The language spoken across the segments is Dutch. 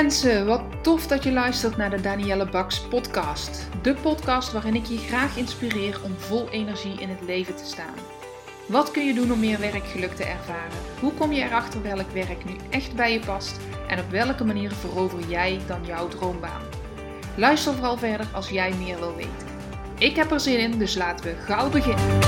mensen, wat tof dat je luistert naar de Danielle Baks podcast. De podcast waarin ik je graag inspireer om vol energie in het leven te staan. Wat kun je doen om meer werkgeluk te ervaren? Hoe kom je erachter welk werk nu echt bij je past? En op welke manier verover jij dan jouw droombaan? Luister vooral verder als jij meer wil weten. Ik heb er zin in, dus laten we gauw beginnen.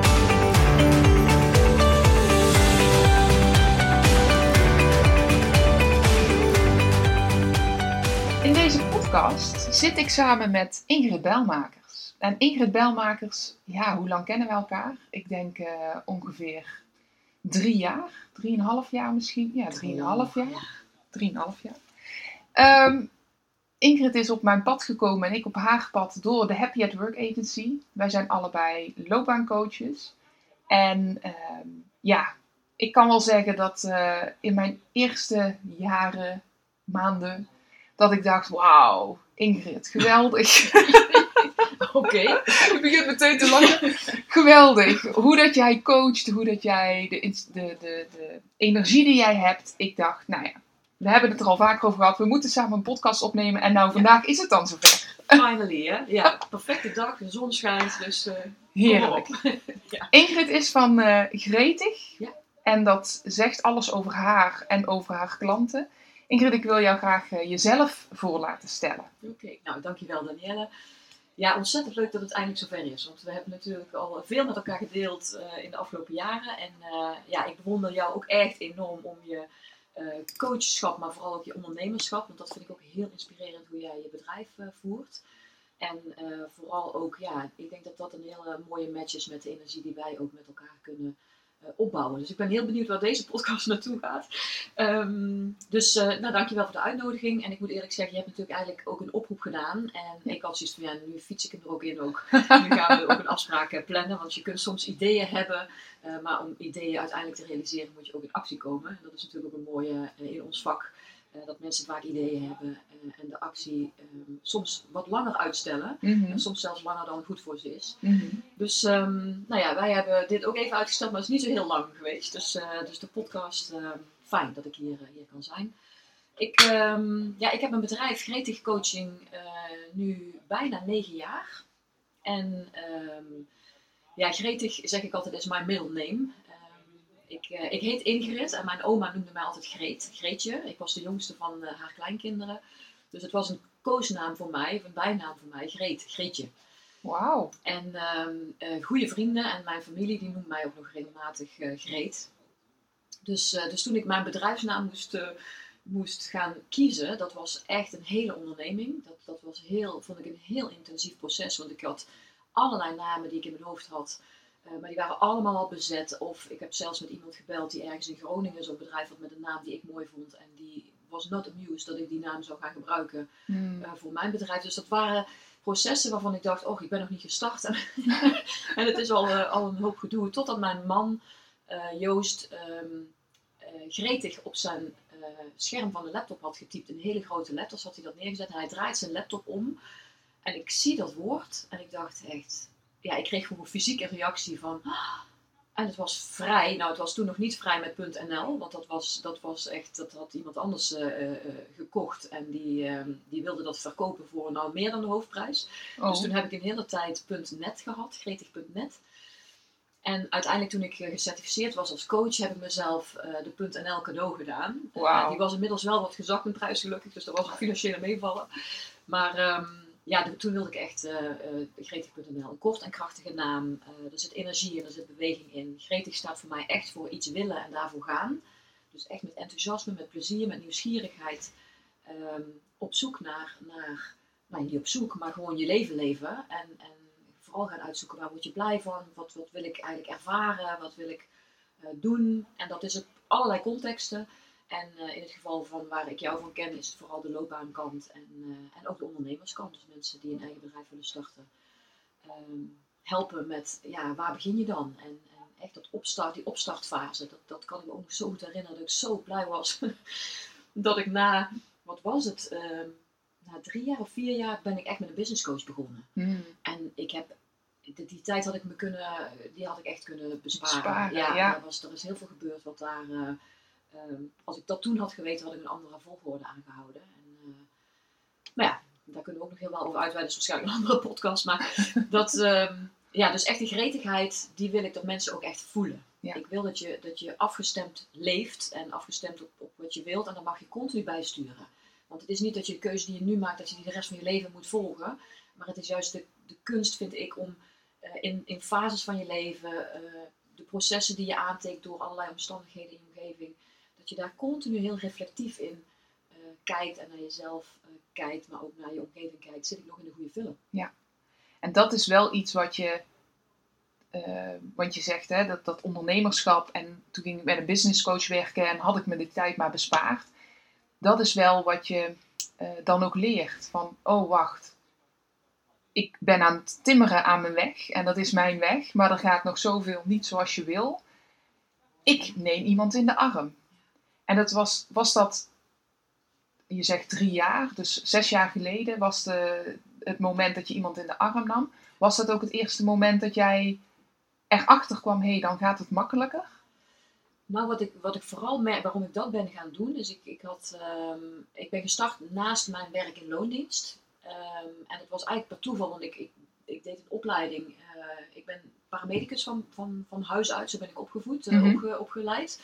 In deze podcast zit ik samen met Ingrid Bijlmakers. En Ingrid Bijlmakers, ja, hoe lang kennen we elkaar? Ik denk ongeveer 3 jaar, 3,5 jaar misschien. Ja, 3,5 jaar. 3,5 jaar. Ingrid is op mijn pad gekomen en ik op haar pad door de Happy at Work Agency. Wij zijn allebei loopbaancoaches. En ik kan wel zeggen dat in mijn eerste jaren, maanden, dat ik dacht, wauw, Ingrid, geweldig. Oké. Ik begin meteen te lachen. Geweldig. Hoe dat jij coacht, hoe dat jij de energie die jij hebt. Ik dacht, nou ja, we hebben het er al vaker over gehad. We moeten samen een podcast opnemen. En nou, vandaag is het dan zover. Finally, hè? Ja, perfecte dag, de zon schijnt, dus heerlijk. Ja. Ingrid is van Gretig. Ja. En dat zegt alles over haar en over haar klanten. Ingrid, ik wil jou graag jezelf voor laten stellen. Oké, nou dankjewel Danielle. Ja, ontzettend leuk dat het eindelijk zover is. Want we hebben natuurlijk al veel met elkaar gedeeld in de afgelopen jaren. En ik bewonder jou ook echt enorm om je coachschap, maar vooral ook je ondernemerschap. Want dat vind ik ook heel inspirerend hoe jij je bedrijf voert. En vooral ook, ik denk dat dat een hele mooie match is met de energie die wij ook met elkaar kunnen opbouwen. Dus ik ben heel benieuwd waar deze podcast naartoe gaat. Dankjewel voor de uitnodiging. En ik moet eerlijk zeggen, je hebt natuurlijk eigenlijk ook een oproep gedaan. En ik had zoiets van, nu fiets ik hem er ook in ook. Nu gaan we ook een afspraak plannen. Want je kunt soms ideeën hebben. Maar om ideeën uiteindelijk te realiseren moet je ook in actie komen. En dat is natuurlijk ook een mooie in ons vak. Dat mensen vaak ideeën hebben en de actie soms wat langer uitstellen. Mm-hmm. En soms zelfs langer dan goed voor ze is. Mm-hmm. Dus wij hebben dit ook even uitgesteld, maar het is niet zo heel lang geweest. Dus de podcast, fijn dat ik hier kan zijn. Ik heb mijn bedrijf Gretig Coaching nu bijna 9 jaar. En Gretig, zeg ik altijd, is mijn middle name. Ik heet Ingrid en mijn oma noemde mij altijd Greetje. Ik was de jongste van haar kleinkinderen. Dus het was een koosnaam voor mij, of een bijnaam voor mij, Greetje. Wauw. En goede vrienden en mijn familie die noemen mij ook nog regelmatig Greet. Dus toen ik mijn bedrijfsnaam moest gaan kiezen, dat was echt een hele onderneming. Dat vond ik een heel intensief proces, want ik had allerlei namen die ik in mijn hoofd had. Maar die waren allemaal al bezet. Of ik heb zelfs met iemand gebeld die ergens in Groningen zo'n bedrijf had met een naam die ik mooi vond. En die was not amused dat ik die naam zou gaan gebruiken voor mijn bedrijf. Dus dat waren processen waarvan ik dacht, ik ben nog niet gestart. En het is al een hoop gedoe. Totdat mijn man, Joost, gretig op zijn scherm van de laptop had getypt. In hele grote letters had hij dat neergezet. En hij draait zijn laptop om. En ik zie dat woord. En ik dacht echt... Ja, ik kreeg gewoon fysiek een reactie van... En het was vrij. Nou, het was toen nog niet vrij met .nl. Want dat had iemand anders gekocht. En die wilde dat verkopen voor meer dan de hoofdprijs. Oh. Dus toen heb ik een hele tijd .net gehad. Gretig.net. En uiteindelijk toen ik gecertificeerd was als coach... heb ik mezelf de .nl cadeau gedaan. Wow. Die was inmiddels wel wat gezakt in prijs gelukkig. Dus dat was een financiële meevallen. Maar... toen wilde ik echt Gretig.nl. Een kort en krachtige naam. Er zit energie in, er zit beweging in. Gretig staat voor mij echt voor iets willen en daarvoor gaan. Dus echt met enthousiasme, met plezier, met nieuwsgierigheid. Op zoek naar niet op zoek, maar gewoon je leven leven. En vooral gaan uitzoeken, waar word je blij van? Wat wil ik eigenlijk ervaren? Wat wil ik doen? En dat is op allerlei contexten. En in het geval van waar ik jou van ken, is het vooral de loopbaankant en ook de ondernemerskant. Dus mensen die een eigen bedrijf willen starten. Helpen met, waar begin je dan? En echt die opstartfase, dat kan ik me ook nog zo goed herinneren. Dat ik zo blij was dat ik na 3 jaar of 4 jaar ben ik echt met een business coach begonnen. En ik heb... Die tijd had ik echt kunnen besparen. Er is heel veel gebeurd wat daar... als ik dat toen had geweten, had ik een andere volgorde aangehouden. Maar ja, daar kunnen we ook nog heel wel over uitweiden. Dat is waarschijnlijk een andere podcast. Maar dat, dus echt die gretigheid, die wil ik dat mensen ook echt voelen. Ja. Ik wil dat je afgestemd leeft en afgestemd op wat je wilt. En daar mag je continu bijsturen. Want het is niet dat je de keuze die je nu maakt, dat je die de rest van je leven moet volgen. Maar het is juist de kunst, vind ik, om in fases van je leven, de processen die je aantikt door allerlei omstandigheden in je omgeving, dat je daar continu heel reflectief in kijkt en naar jezelf kijkt, maar ook naar je omgeving kijkt. Zit ik nog in de goede film? Ja. En dat is wel iets wat je, want je zegt hè, dat ondernemerschap, en toen ging ik bij een business coach werken en had ik me de tijd maar bespaard. Dat is wel wat je dan ook leert. Van, oh wacht, ik ben aan het timmeren aan mijn weg en dat is mijn weg, maar er gaat nog zoveel niet zoals je wil. Ik neem iemand in de arm. En dat was dat, je zegt 3 jaar, dus 6 jaar geleden was het moment dat je iemand in de arm nam. Was dat ook het eerste moment dat jij erachter kwam, hé, dan gaat het makkelijker? Nou, wat ik vooral merk, waarom ik dat ben gaan doen, is ik ben gestart naast mijn werk in loondienst. En het was eigenlijk per toeval, want ik deed een opleiding. Ik ben paramedicus van huis uit, zo ben ik opgevoed, opgeleid.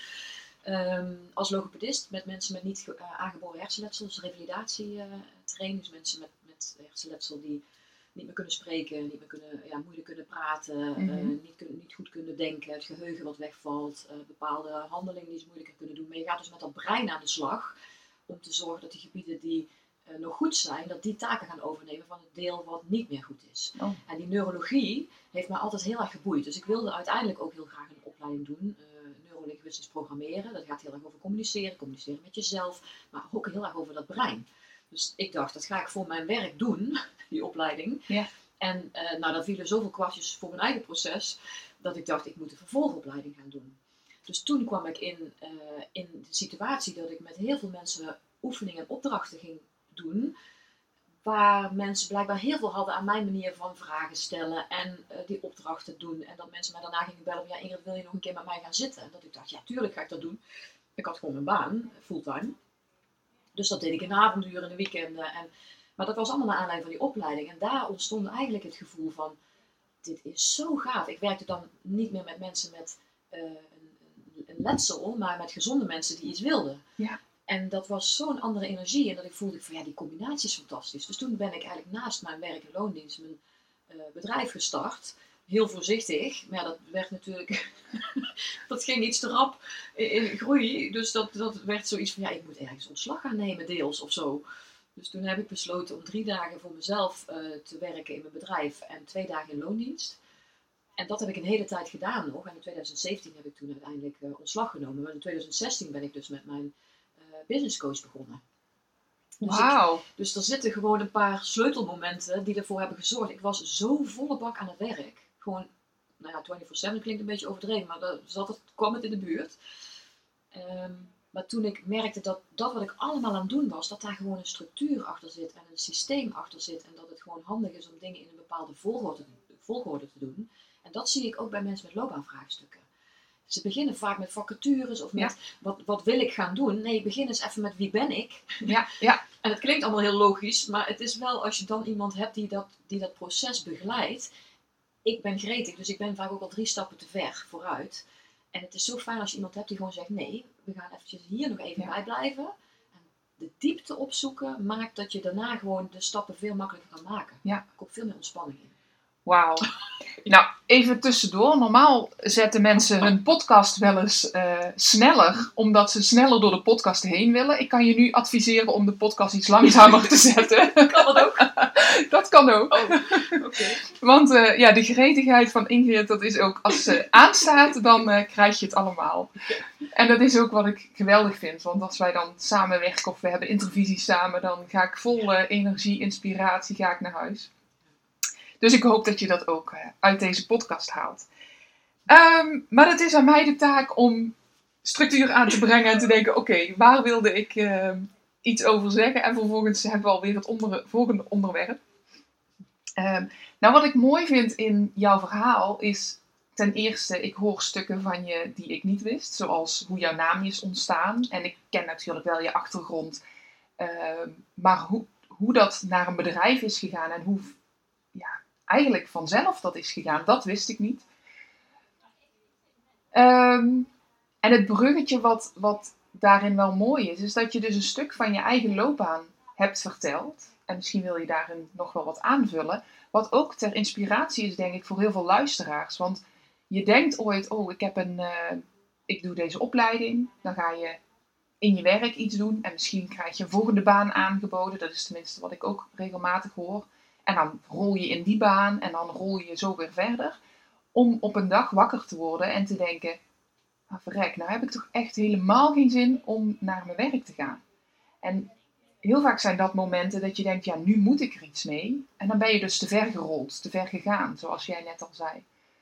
Als logopedist met mensen met niet aangeboren hersenletsel, dus revalidatietraining. Dus mensen met hersenletsel die niet meer kunnen spreken, niet meer moeilijk kunnen praten, niet goed kunnen denken, het geheugen wat wegvalt, bepaalde handelingen die ze moeilijker kunnen doen. Maar je gaat dus met dat brein aan de slag om te zorgen dat die gebieden die nog goed zijn, dat die taken gaan overnemen van het deel wat niet meer goed is. Oh. En die neurologie heeft mij altijd heel erg geboeid. Dus ik wilde uiteindelijk ook heel graag een opleiding doen. Neurolinguistisch programmeren. Dat gaat heel erg over communiceren met jezelf, maar ook heel erg over dat brein. Dus ik dacht, dat ga ik voor mijn werk doen, die opleiding. Ja. En daar vielen zoveel kwartjes voor mijn eigen proces, dat ik dacht, ik moet een vervolgopleiding gaan doen. Dus toen kwam ik in de situatie dat ik met heel veel mensen oefeningen en opdrachten ging doen, waar mensen blijkbaar heel veel hadden aan mijn manier van vragen stellen en die opdrachten doen. En dat mensen mij daarna gingen bellen van, ja Ingrid, wil je nog een keer met mij gaan zitten? En dat ik dacht, ja tuurlijk ga ik dat doen. Ik had gewoon een baan, fulltime. Dus dat deed ik in de avonduren, in de weekenden. Maar dat was allemaal naar aanleiding van die opleiding. En daar ontstond eigenlijk het gevoel van, dit is zo gaaf. Ik werkte dan niet meer met mensen met een letsel, maar met gezonde mensen die iets wilden. Ja. En dat was zo'n andere energie. En dat ik voelde van, ja, die combinatie is fantastisch. Dus toen ben ik eigenlijk naast mijn werk in loondienst mijn bedrijf gestart. Heel voorzichtig. Maar ja, dat werd natuurlijk... dat ging iets te rap in groei. Dus dat werd zoiets van, ja, ik moet ergens ontslag gaan nemen, deels of zo. Dus toen heb ik besloten om 3 dagen voor mezelf te werken in mijn bedrijf. En 2 dagen in loondienst. En dat heb ik een hele tijd gedaan nog. En in 2017 heb ik toen uiteindelijk ontslag genomen. Maar in 2016 ben ik dus met mijn business coach begonnen. Dus, Wauw. Dus er zitten gewoon een paar sleutelmomenten die ervoor hebben gezorgd. Ik was zo volle bak aan het werk. Gewoon, nou ja, 24/7 klinkt een beetje overdreven, maar kwam het in de buurt. Maar toen ik merkte dat wat ik allemaal aan het doen was, dat daar gewoon een structuur achter zit en een systeem achter zit. En dat het gewoon handig is om dingen in een bepaalde volgorde te doen. En dat zie ik ook bij mensen met loopbaanvraagstukken. Ze beginnen vaak met vacatures of met wat wil ik gaan doen. Nee, begin eens even met wie ben ik. Ja, ja. En het klinkt allemaal heel logisch, maar het is wel als je dan iemand hebt die dat proces begeleidt. Ik ben gretig, dus ik ben vaak ook al 3 stappen te ver vooruit. En het is zo fijn als je iemand hebt die gewoon zegt, nee, we gaan eventjes hier nog even bij blijven. En de diepte opzoeken maakt dat je daarna gewoon de stappen veel makkelijker kan maken. Ja. Er komt veel meer ontspanning in. Wauw. Nou, even tussendoor. Normaal zetten mensen hun podcast wel eens sneller, omdat ze sneller door de podcast heen willen. Ik kan je nu adviseren om de podcast iets langzamer te zetten. Kan dat ook? Dat kan ook. Oh, okay. Want de gretigheid van Ingrid, dat is ook, als ze aanstaat, dan krijg je het allemaal. En dat is ook wat ik geweldig vind. Want als wij dan samenwerken of we hebben intervisies samen, dan ga ik vol energie, inspiratie, ga ik naar huis. Dus ik hoop dat je dat ook uit deze podcast haalt. Maar het is aan mij de taak om structuur aan te brengen en te denken, oké, waar wilde ik iets over zeggen? En vervolgens hebben we alweer het volgende onderwerp. Nou, wat ik mooi vind in jouw verhaal is, ten eerste, ik hoor stukken van je die ik niet wist. Zoals hoe jouw naam is ontstaan. En ik ken natuurlijk wel je achtergrond. Maar hoe dat naar een bedrijf is gegaan en hoe eigenlijk vanzelf dat is gegaan, dat wist ik niet. En het bruggetje wat daarin wel mooi is dat je dus een stuk van je eigen loopbaan hebt verteld. En misschien wil je daarin nog wel wat aanvullen. Wat ook ter inspiratie is, denk ik, voor heel veel luisteraars. Want je denkt ooit, ik doe deze opleiding. Dan ga je in je werk iets doen. En misschien krijg je een volgende baan aangeboden. Dat is tenminste wat ik ook regelmatig hoor. En dan rol je in die baan en dan rol je zo weer verder. Om op een dag wakker te worden en te denken, verrek, nou heb ik toch echt helemaal geen zin om naar mijn werk te gaan. En heel vaak zijn dat momenten dat je denkt, ja, nu moet ik er iets mee. En dan ben je dus te ver gerold, te ver gegaan, zoals jij net al zei.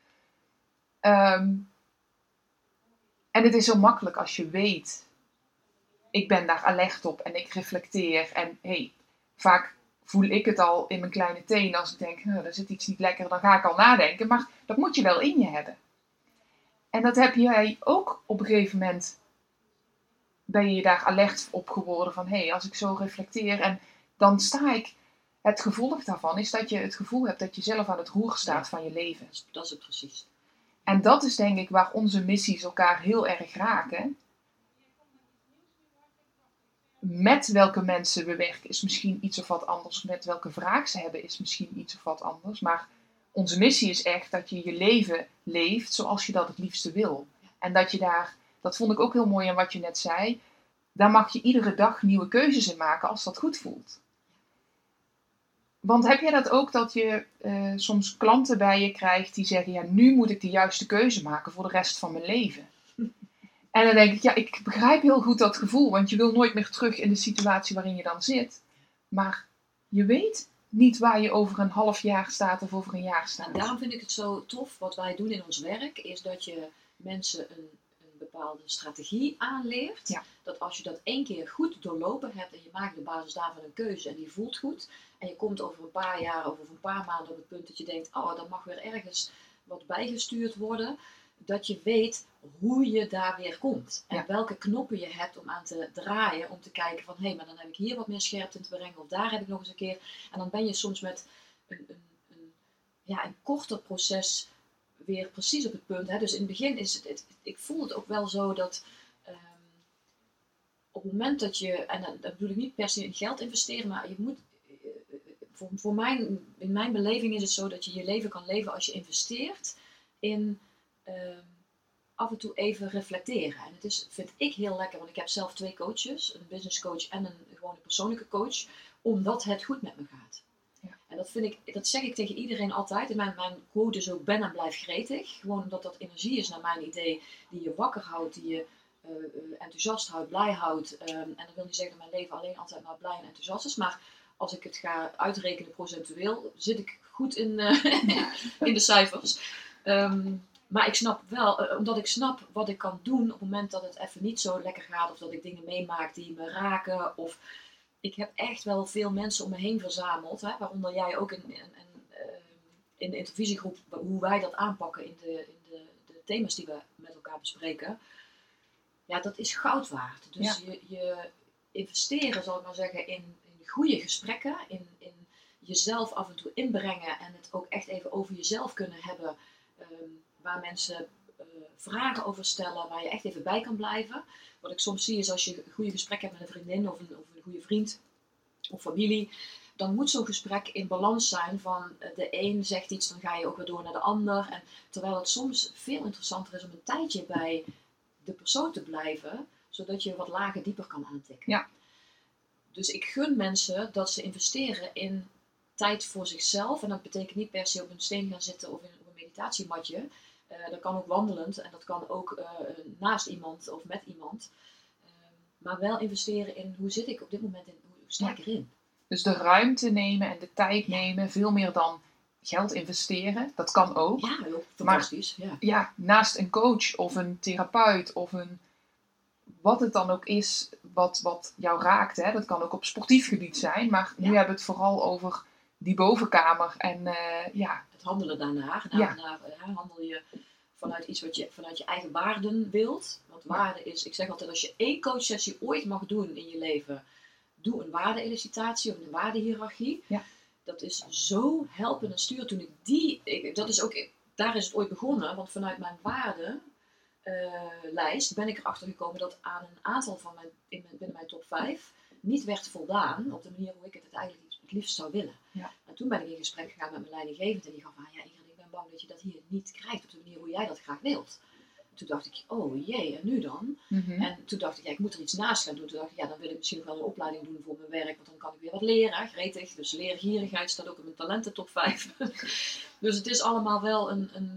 En het is zo makkelijk als je weet, ik ben daar alert op en ik reflecteer. En vaak voel ik het al in mijn kleine teen als ik denk, er zit iets niet lekker, dan ga ik al nadenken. Maar dat moet je wel in je hebben. En dat heb jij ook op een gegeven moment, ben je daar alert op geworden van, als ik zo reflecteer en dan sta ik, het gevolg daarvan is dat je het gevoel hebt dat je zelf aan het roer staat van je leven. Dat is het precies. En dat is denk ik waar onze missies elkaar heel erg raken. Met welke mensen we werken is misschien iets of wat anders. Met welke vraag ze hebben is misschien iets of wat anders. Maar onze missie is echt dat je je leven leeft zoals je dat het liefste wil. En dat je daar, dat vond ik ook heel mooi aan wat je net zei, daar mag je iedere dag nieuwe keuzes in maken als dat goed voelt. Want heb jij dat ook, dat je soms klanten bij je krijgt die zeggen, ja, nu moet ik de juiste keuze maken voor de rest van mijn leven. En dan denk ik, ja, ik begrijp heel goed dat gevoel, want je wil nooit meer terug in de situatie waarin je dan zit. Maar je weet niet waar je over een half jaar staat of over een jaar staat. En daarom vind ik het zo tof, wat wij doen in ons werk, is dat je mensen een bepaalde strategie aanleert. Ja. Dat als je dat 1 keer goed doorlopen hebt en je maakt op basis daarvan een keuze en die voelt goed. En je komt over een paar jaar of over een paar maanden op het punt dat je denkt, dan mag weer ergens wat bijgestuurd worden. Dat je weet hoe je daar weer komt. En welke knoppen je hebt om aan te draaien. Om te kijken van, maar dan heb ik hier wat meer scherpte in te brengen. Of daar heb ik nog eens een keer. En dan ben je soms met een korter proces weer precies op het punt. Hè. Dus in het begin is het, ik voel het ook wel zo dat op het moment dat je, en dat bedoel ik niet per se in geld investeren, maar je moet, in mijn beleving is het zo dat je je leven kan leven als je investeert in af en toe even reflecteren. En het is, vind ik heel lekker, want ik heb zelf 2 coaches, een business coach en een gewone persoonlijke coach, omdat het goed met me gaat. Ja. En dat zeg ik tegen iedereen altijd. En mijn quote is ook, ben en blijf gretig. Gewoon omdat dat energie is naar mijn idee, die je wakker houdt, die je enthousiast houdt, blij houdt. En dat wil niet zeggen dat mijn leven alleen altijd maar blij en enthousiast is, maar als ik het ga uitrekenen procentueel, zit ik goed in de cijfers. Maar ik snap wel, omdat ik snap wat ik kan doen op het moment dat het even niet zo lekker gaat. Of dat ik dingen meemaak die me raken. Of ik heb echt wel veel mensen om me heen verzameld. Hè, waaronder jij ook in de intervisiegroep. Hoe wij dat aanpakken in de thema's die we met elkaar bespreken. Ja, dat is goud waard. Dus je investeren, zal ik maar zeggen, in goede gesprekken. In jezelf af en toe inbrengen. En het ook echt even over jezelf kunnen hebben. Waar mensen vragen over stellen, waar je echt even bij kan blijven. Wat ik soms zie is als je een goede gesprek hebt met een vriendin of een goede vriend of familie, dan moet zo'n gesprek in balans zijn van de een zegt iets, dan ga je ook weer door naar de ander. En terwijl het soms veel interessanter is om een tijdje bij de persoon te blijven, zodat je wat lagen dieper kan aantikken. Ja. Dus ik gun mensen dat ze investeren in tijd voor zichzelf. En dat betekent niet per se op een steen gaan zitten of in een meditatiematje. Dat kan ook wandelend en dat kan ook naast iemand of met iemand. Maar wel investeren in hoe zit ik op dit moment in, hoe sta ik erin. Dus de ruimte nemen en de tijd nemen, veel meer dan geld investeren. Dat kan ook. Ja, fantastisch. Maar, ja, naast een coach of een therapeut of wat het dan ook is wat jou raakt. Hè. Dat kan ook op sportief gebied zijn. Maar nu hebben we het vooral over die bovenkamer en het handelen daarnaar. Handel je vanuit iets wat je vanuit je eigen waarden wilt. Want waarde is, ik zeg altijd, als je 1 coachsessie ooit mag doen in je leven, doe een waarde-elicitatie of een waardehiërarchie. Ja. Dat is zo helpend en stuur. Toen daar is het ooit begonnen, want vanuit mijn waardenlijst ben ik erachter gekomen dat aan een aantal van binnen mijn top 5 niet werd voldaan op de manier hoe ik het eigenlijk het liefst zou willen. Ja. En toen ben ik in gesprek gegaan met mijn leidinggevende en die gaf aan, ja Ingrid, ik ben bang dat je dat hier niet krijgt op de manier hoe jij dat graag wilt. Toen dacht ik, oh jee, en nu dan? Mm-hmm. En toen dacht ik, ja, ik moet er iets naast gaan doen. Toen dacht ik, ja, dan wil ik misschien nog wel een opleiding doen voor mijn werk, want dan kan ik weer wat leren, gretig. Dus leergierigheid staat ook in mijn talenten top 5. Dus het is allemaal wel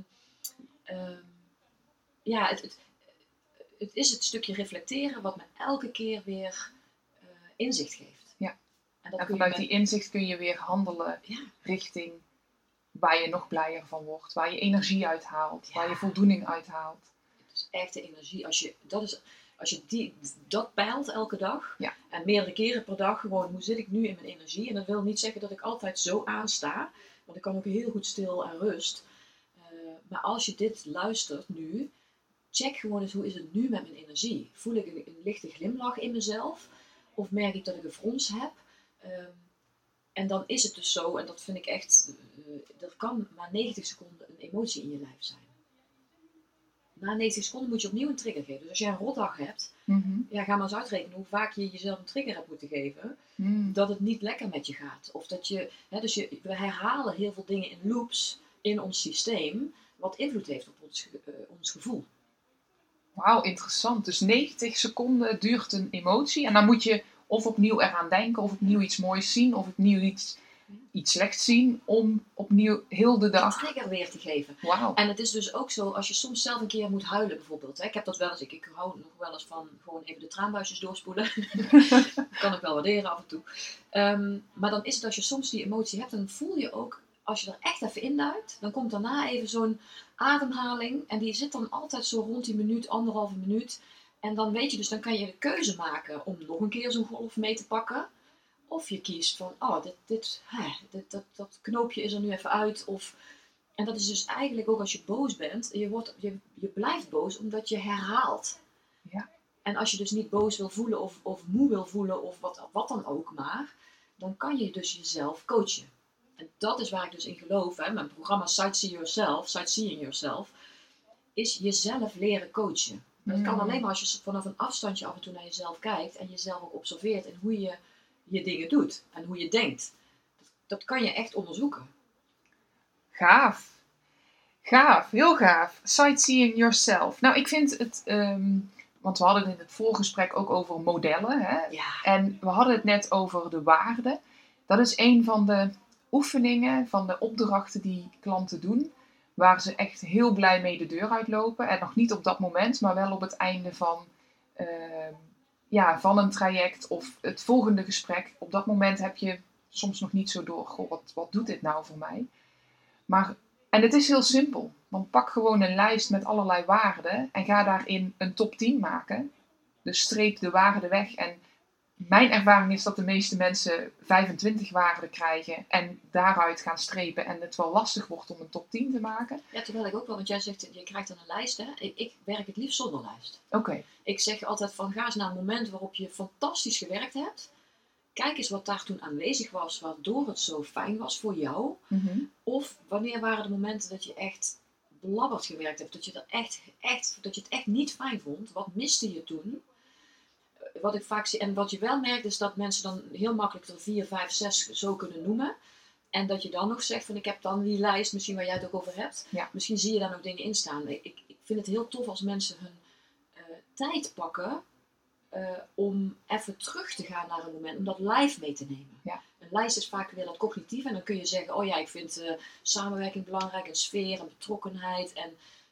het is het stukje reflecteren wat me elke keer weer inzicht geeft. Ja. En vanuit die inzicht kun je weer handelen richting waar je nog blijer van wordt, waar je energie uithaalt, waar je voldoening uithaalt. Het is echt de energie. Als je dat peilt elke dag en meerdere keren per dag gewoon, hoe zit ik nu in mijn energie? En dat wil niet zeggen dat ik altijd zo aansta, want ik kan ook heel goed stil en rust. Maar als je dit luistert nu, check gewoon eens hoe is het nu met mijn energie. Voel ik een lichte glimlach in mezelf? Of merk ik dat ik een frons heb? En dan is het dus zo, en dat vind ik echt, er kan maar 90 seconden een emotie in je lijf zijn. Na 90 seconden moet je opnieuw een trigger geven. Dus als jij een rotdag hebt, ga maar eens uitrekenen hoe vaak je jezelf een trigger hebt moeten geven. Dat het niet lekker met je gaat. Of dat we herhalen heel veel dingen in loops in ons systeem, wat invloed heeft op ons gevoel. Wauw, interessant. Dus 90 seconden duurt een emotie. En dan moet je of opnieuw eraan denken, of opnieuw iets moois zien, of opnieuw iets slechts zien, om opnieuw heel de dag... een trigger weer te geven. Wauw. En het is dus ook zo, als je soms zelf een keer moet huilen bijvoorbeeld. Hè? Ik heb dat wel eens, ik hou nog wel eens van gewoon even de traanbuisjes doorspoelen. Dat kan ik wel waarderen af en toe. Maar dan is het als je soms die emotie hebt, dan voel je ook, als je er echt even induikt, dan komt daarna even zo'n ademhaling. En die zit dan altijd zo rond die minuut, 1,5 minuut. En dan weet je dus, dan kan je de keuze maken om nog een keer zo'n golf mee te pakken. Of je kiest van, dat knoopje is er nu even uit. En dat is dus eigenlijk ook als je boos bent. Je blijft boos omdat je herhaalt. Ja. En als je dus niet boos wil voelen of moe wil voelen of wat dan ook maar. Dan kan je dus jezelf coachen. En dat is waar ik dus in geloof. Hè. Mijn programma Sightseeing Yourself, is jezelf leren coachen. Dat kan alleen maar als je vanaf een afstandje af en toe naar jezelf kijkt en jezelf ook observeert en hoe je dingen doet en hoe je denkt. Dat kan je echt onderzoeken. Gaaf, heel gaaf. Sightseeing yourself. Nou, ik vind het, want we hadden het in het voorgesprek ook over modellen. Hè? Ja. En we hadden het net over de waarden. Dat is een van de oefeningen, van de opdrachten die klanten doen, waar ze echt heel blij mee de deur uitlopen. En nog niet op dat moment, maar wel op het einde van een traject of het volgende gesprek. Op dat moment heb je soms nog niet zo door, goh, wat doet dit nou voor mij? En het is heel simpel. Dan pak gewoon een lijst met allerlei waarden en ga daarin een top 10 maken. Dus streep de waarden weg. En mijn ervaring is dat de meeste mensen 25 waarden krijgen en daaruit gaan strepen en het wel lastig wordt om een top 10 te maken. Ja, terwijl ik ook wel, want jij zegt, je krijgt dan een lijst, hè? Ik werk het liefst zonder lijst. Oké. Ik zeg altijd van, ga eens naar een moment waarop je fantastisch gewerkt hebt. Kijk eens wat daar toen aanwezig was, waardoor het zo fijn was voor jou. Mm-hmm. Of wanneer waren de momenten dat je echt belabberd gewerkt hebt, dat je het echt niet fijn vond. Wat miste je toen? Wat ik vaak zie, en wat je wel merkt, is dat mensen dan heel makkelijk er 4, 5, 6 zo kunnen noemen. En dat je dan nog zegt van, ik heb dan die lijst, misschien waar jij het ook over hebt. Ja. Misschien zie je daar nog dingen in staan. Ik vind het heel tof als mensen hun tijd pakken om even terug te gaan naar een moment, om dat live mee te nemen. Ja. Een lijst is vaak weer dat cognitief en dan kun je zeggen, oh ja, ik vind samenwerking belangrijk en sfeer en betrokkenheid en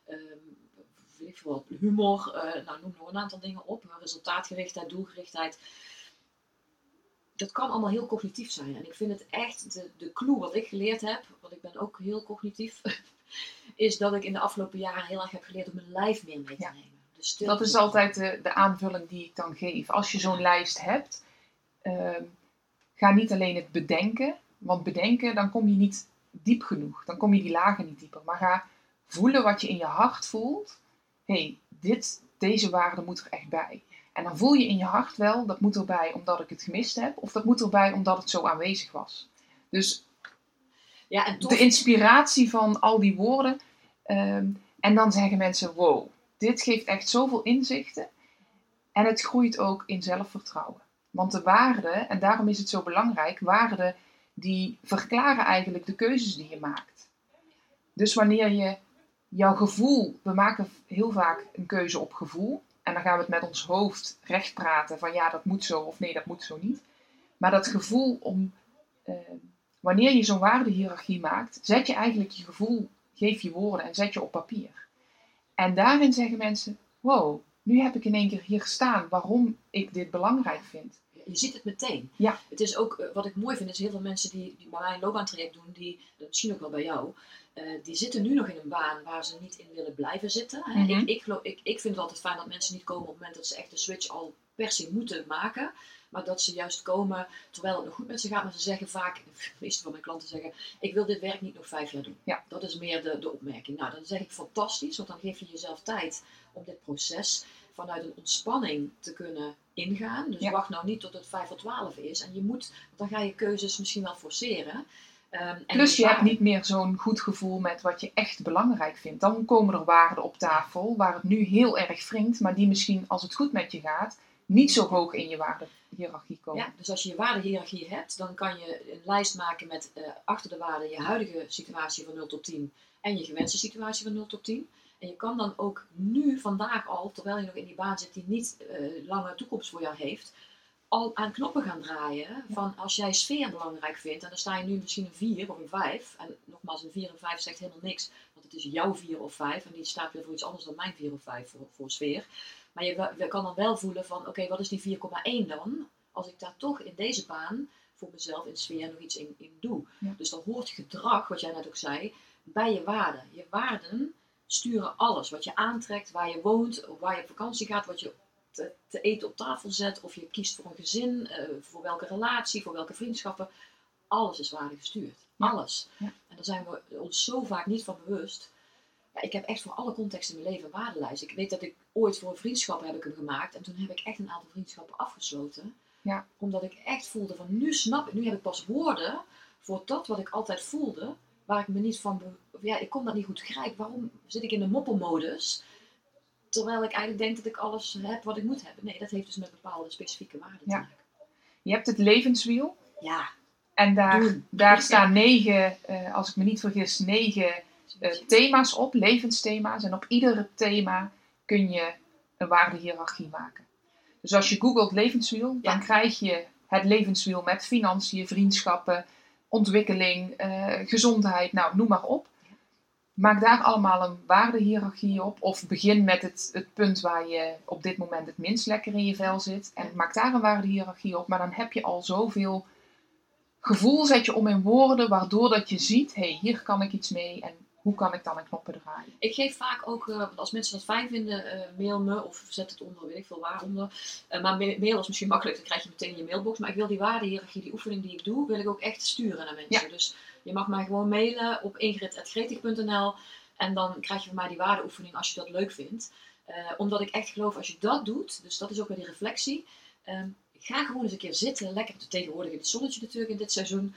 humor, noem nog een aantal dingen op, resultaatgerichtheid, doelgerichtheid. Dat kan allemaal heel cognitief zijn. En ik vind het echt, de clue wat ik geleerd heb, want ik ben ook heel cognitief, is dat ik in de afgelopen jaren heel erg heb geleerd om mijn lijf meer mee te nemen. Dus dat is altijd de aanvulling die ik dan geef. Als je zo'n lijst hebt, ga niet alleen het bedenken, want bedenken, dan kom je niet diep genoeg. Dan kom je die lagen niet dieper. Maar ga voelen wat je in je hart voelt. Deze waarde moet er echt bij. En dan voel je in je hart wel, dat moet erbij omdat ik het gemist heb. Of dat moet erbij omdat het zo aanwezig was. Dus Ja, en toch... de inspiratie van al die woorden. En dan zeggen mensen, wow, dit geeft echt zoveel inzichten. En het groeit ook in zelfvertrouwen. Want de waarden, en daarom is het zo belangrijk, waarden die verklaren eigenlijk de keuzes die je maakt. Dus wanneer je jouw gevoel, we maken heel vaak een keuze op gevoel. En dan gaan we het met ons hoofd recht praten van ja, dat moet zo of nee, dat moet zo niet. Maar dat gevoel om, wanneer je zo'n waardehiërarchie maakt, zet je eigenlijk je gevoel, geef je woorden en zet je op papier. En daarin zeggen mensen, wow, nu heb ik in één keer hier gestaan waarom ik dit belangrijk vind. Je ziet het meteen. Ja. Het is ook, wat ik mooi vind, is heel veel mensen die bij mij een loopbaantraject doen, misschien ook wel bij jou, die zitten nu nog in een baan waar ze niet in willen blijven zitten. Hè. Mm-hmm. Ik vind het altijd fijn dat mensen niet komen op het moment dat ze echt de switch al per se moeten maken. Maar dat ze juist komen terwijl het nog goed met ze gaat. Maar ze zeggen vaak, de meeste van mijn klanten zeggen, ik wil dit werk niet nog 5 jaar doen. Ja. Dat is meer de opmerking. Nou, dan zeg ik fantastisch, want dan geef je jezelf tijd om dit proces vanuit een ontspanning te kunnen ingaan. Dus wacht nou niet tot het 5 voor 12 is. En dan ga je keuzes misschien wel forceren. Plus je hebt niet meer zo'n goed gevoel met wat je echt belangrijk vindt. Dan komen er waarden op tafel waar het nu heel erg wringt, maar die misschien als het goed met je gaat, niet zo hoog in je waardehiërarchie komen. Ja, dus als je je waardehiërarchie hebt, dan kan je een lijst maken met achter de waarden je huidige situatie van 0 tot 10 en je gewenste situatie van 0 tot 10. En je kan dan ook nu, vandaag al, terwijl je nog in die baan zit die niet lange toekomst voor jou heeft, al aan knoppen gaan draaien. Van als jij sfeer belangrijk vindt, en dan sta je nu misschien een 4 of een 5. En nogmaals, een 4 en 5 zegt helemaal niks, want het is jouw 4 of 5. En die staat weer voor iets anders dan mijn 4 of 5 voor sfeer. Maar je kan dan wel voelen van, oké, wat is die 4,1 dan? Als ik daar toch in deze baan voor mezelf in sfeer nog iets in doe. Ja. Dus dan hoort gedrag, wat jij net ook zei, bij je waarden. Je waarden sturen alles. Wat je aantrekt, waar je woont, waar je op vakantie gaat, wat je te eten op tafel zet, of je kiest voor een gezin, voor welke relatie, voor welke vriendschappen. Alles is waardegestuurd. Ja. Alles. Ja. En daar zijn we ons zo vaak niet van bewust. Ja, ik heb echt voor alle contexten in mijn leven een waardenlijst. Ik weet dat ik ooit voor een vriendschap heb ik hem gemaakt. En toen heb ik echt een aantal vriendschappen afgesloten. Ja. Omdat ik echt voelde van, nu snap ik, nu heb ik pas woorden voor dat wat ik altijd voelde. Waar ik me niet van, ik kon dat niet goed grijpen. Waarom zit ik in de moppelmodus? Terwijl ik eigenlijk denk dat ik alles heb wat ik moet hebben. Nee, dat heeft dus met bepaalde specifieke waarden te maken. Je hebt het levenswiel. Ja. En daar staan 9, als ik me niet vergis, 9 thema's op, levensthema's. En op ieder thema kun je een waardehiërarchie maken. Dus als je googelt levenswiel, dan krijg je het levenswiel met financiën, vriendschappen, ontwikkeling, gezondheid, nou noem maar op. Maak daar allemaal een waardehiërarchie op. Of begin met het punt waar je op dit moment het minst lekker in je vel zit. En maak daar een waardehiërarchie op. Maar dan heb je al zoveel gevoel, zet je om in woorden, waardoor dat je ziet, hé, hier kan ik iets mee en hoe kan ik dan een knoppen draaien. Ik geef vaak ook, als mensen dat fijn vinden, mail me of zet het onder, weet ik veel waaronder. Maar mail is misschien makkelijk, dan krijg je meteen in je mailbox. Maar ik wil die waardehiërarchie, die oefening die ik doe, wil ik ook echt sturen naar mensen. Ja. Dus je mag mij gewoon mailen op ingrid@gretig.nl en dan krijg je van mij die waardeoefening als je dat leuk vindt. Omdat ik echt geloof, als je dat doet, dus dat is ook weer die reflectie. Ga gewoon eens een keer zitten, lekker tegenwoordig in het zonnetje natuurlijk in dit seizoen.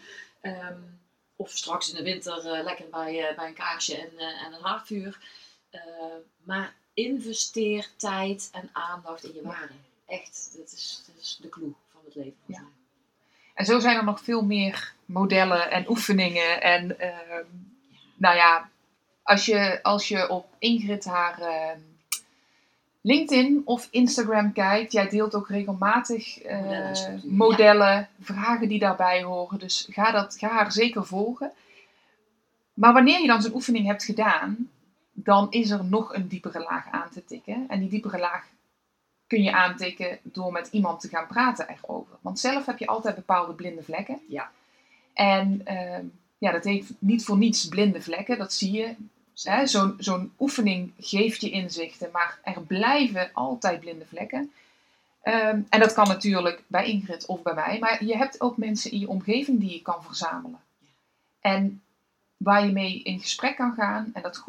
Of straks in de winter lekker bij een kaarsje en een haardvuur. Maar investeer tijd en aandacht in je waarden. Echt, dat is de clue van het leven. Ja. En zo zijn er nog veel meer modellen en oefeningen. En nou ja, als je op Ingrid haar LinkedIn of Instagram kijkt, jij deelt ook regelmatig modellen, vragen die daarbij horen. Dus ga haar zeker volgen. Maar wanneer je dan zo'n oefening hebt gedaan, dan is er nog een diepere laag aan te tikken. En die diepere laag kun je aantikken door met iemand te gaan praten erover. Want zelf heb je altijd bepaalde blinde vlekken. Ja. En dat heeft niet voor niets blinde vlekken, dat zie je. Zo'n oefening geeft je inzichten, maar er blijven altijd blinde vlekken. En dat kan natuurlijk bij Ingrid of bij mij, maar je hebt ook mensen in je omgeving die je kan verzamelen. En waar je mee in gesprek kan gaan en dat goed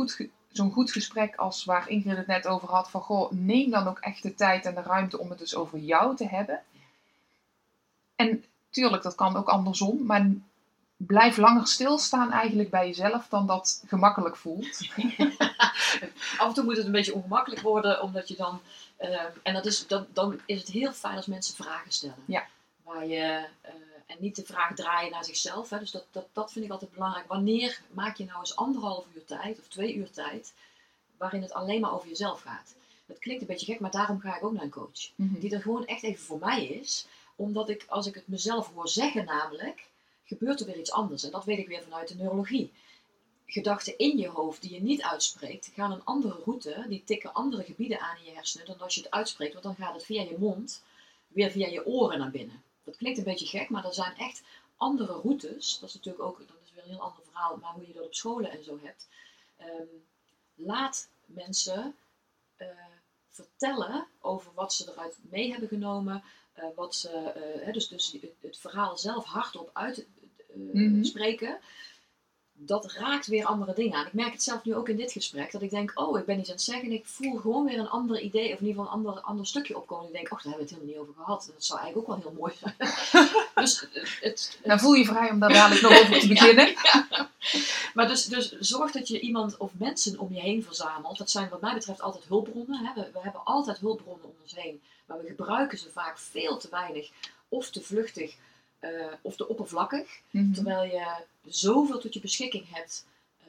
zo'n goed gesprek als waar Ingrid het net over had, van goh, neem dan ook echt de tijd en de ruimte om het dus over jou te hebben. En tuurlijk, dat kan ook andersom, maar blijf langer stilstaan eigenlijk bij jezelf dan dat gemakkelijk voelt. Af en toe moet het een beetje ongemakkelijk worden, omdat je dan... en dan is het heel fijn als mensen vragen stellen. Ja. Waar je... en niet de vraag draaien naar zichzelf. Hè. Dus dat vind ik altijd belangrijk. Wanneer maak je nou eens 1,5 uur tijd of 2 uur tijd waarin het alleen maar over jezelf gaat? Dat klinkt een beetje gek, maar daarom ga ik ook naar een coach. Mm-hmm. Die er gewoon echt even voor mij is. Omdat als ik het mezelf hoor zeggen namelijk, gebeurt er weer iets anders. En dat weet ik weer vanuit de neurologie. Gedachten in je hoofd die je niet uitspreekt, gaan een andere route, die tikken andere gebieden aan in je hersenen dan als je het uitspreekt. Want dan gaat het via je mond, weer via je oren naar binnen. Dat klinkt een beetje gek, maar er zijn echt andere routes. Dat is natuurlijk ook, dat is weer een heel ander verhaal, maar hoe je dat op scholen en zo hebt. Laat mensen vertellen over wat ze eruit mee hebben genomen. Dus het verhaal zelf hardop uitspreken. Dat raakt weer andere dingen aan. Ik merk het zelf nu ook in dit gesprek. Dat ik denk, ik ben iets aan het zeggen. En ik voel gewoon weer een ander idee. Of in ieder geval een ander stukje opkomen. En ik denk, daar hebben we het helemaal niet over gehad. En dat zou eigenlijk ook wel heel mooi zijn. Dus dan voel je vrij om daar dadelijk nog over te beginnen. Ja. Maar dus zorg dat je iemand of mensen om je heen verzamelt. Dat zijn wat mij betreft altijd hulpbronnen. Hè. We hebben altijd hulpbronnen om ons heen. Maar we gebruiken ze vaak veel te weinig. Of te vluchtig. Of te oppervlakkig. Mm-hmm. Terwijl je zoveel tot je beschikking hebt.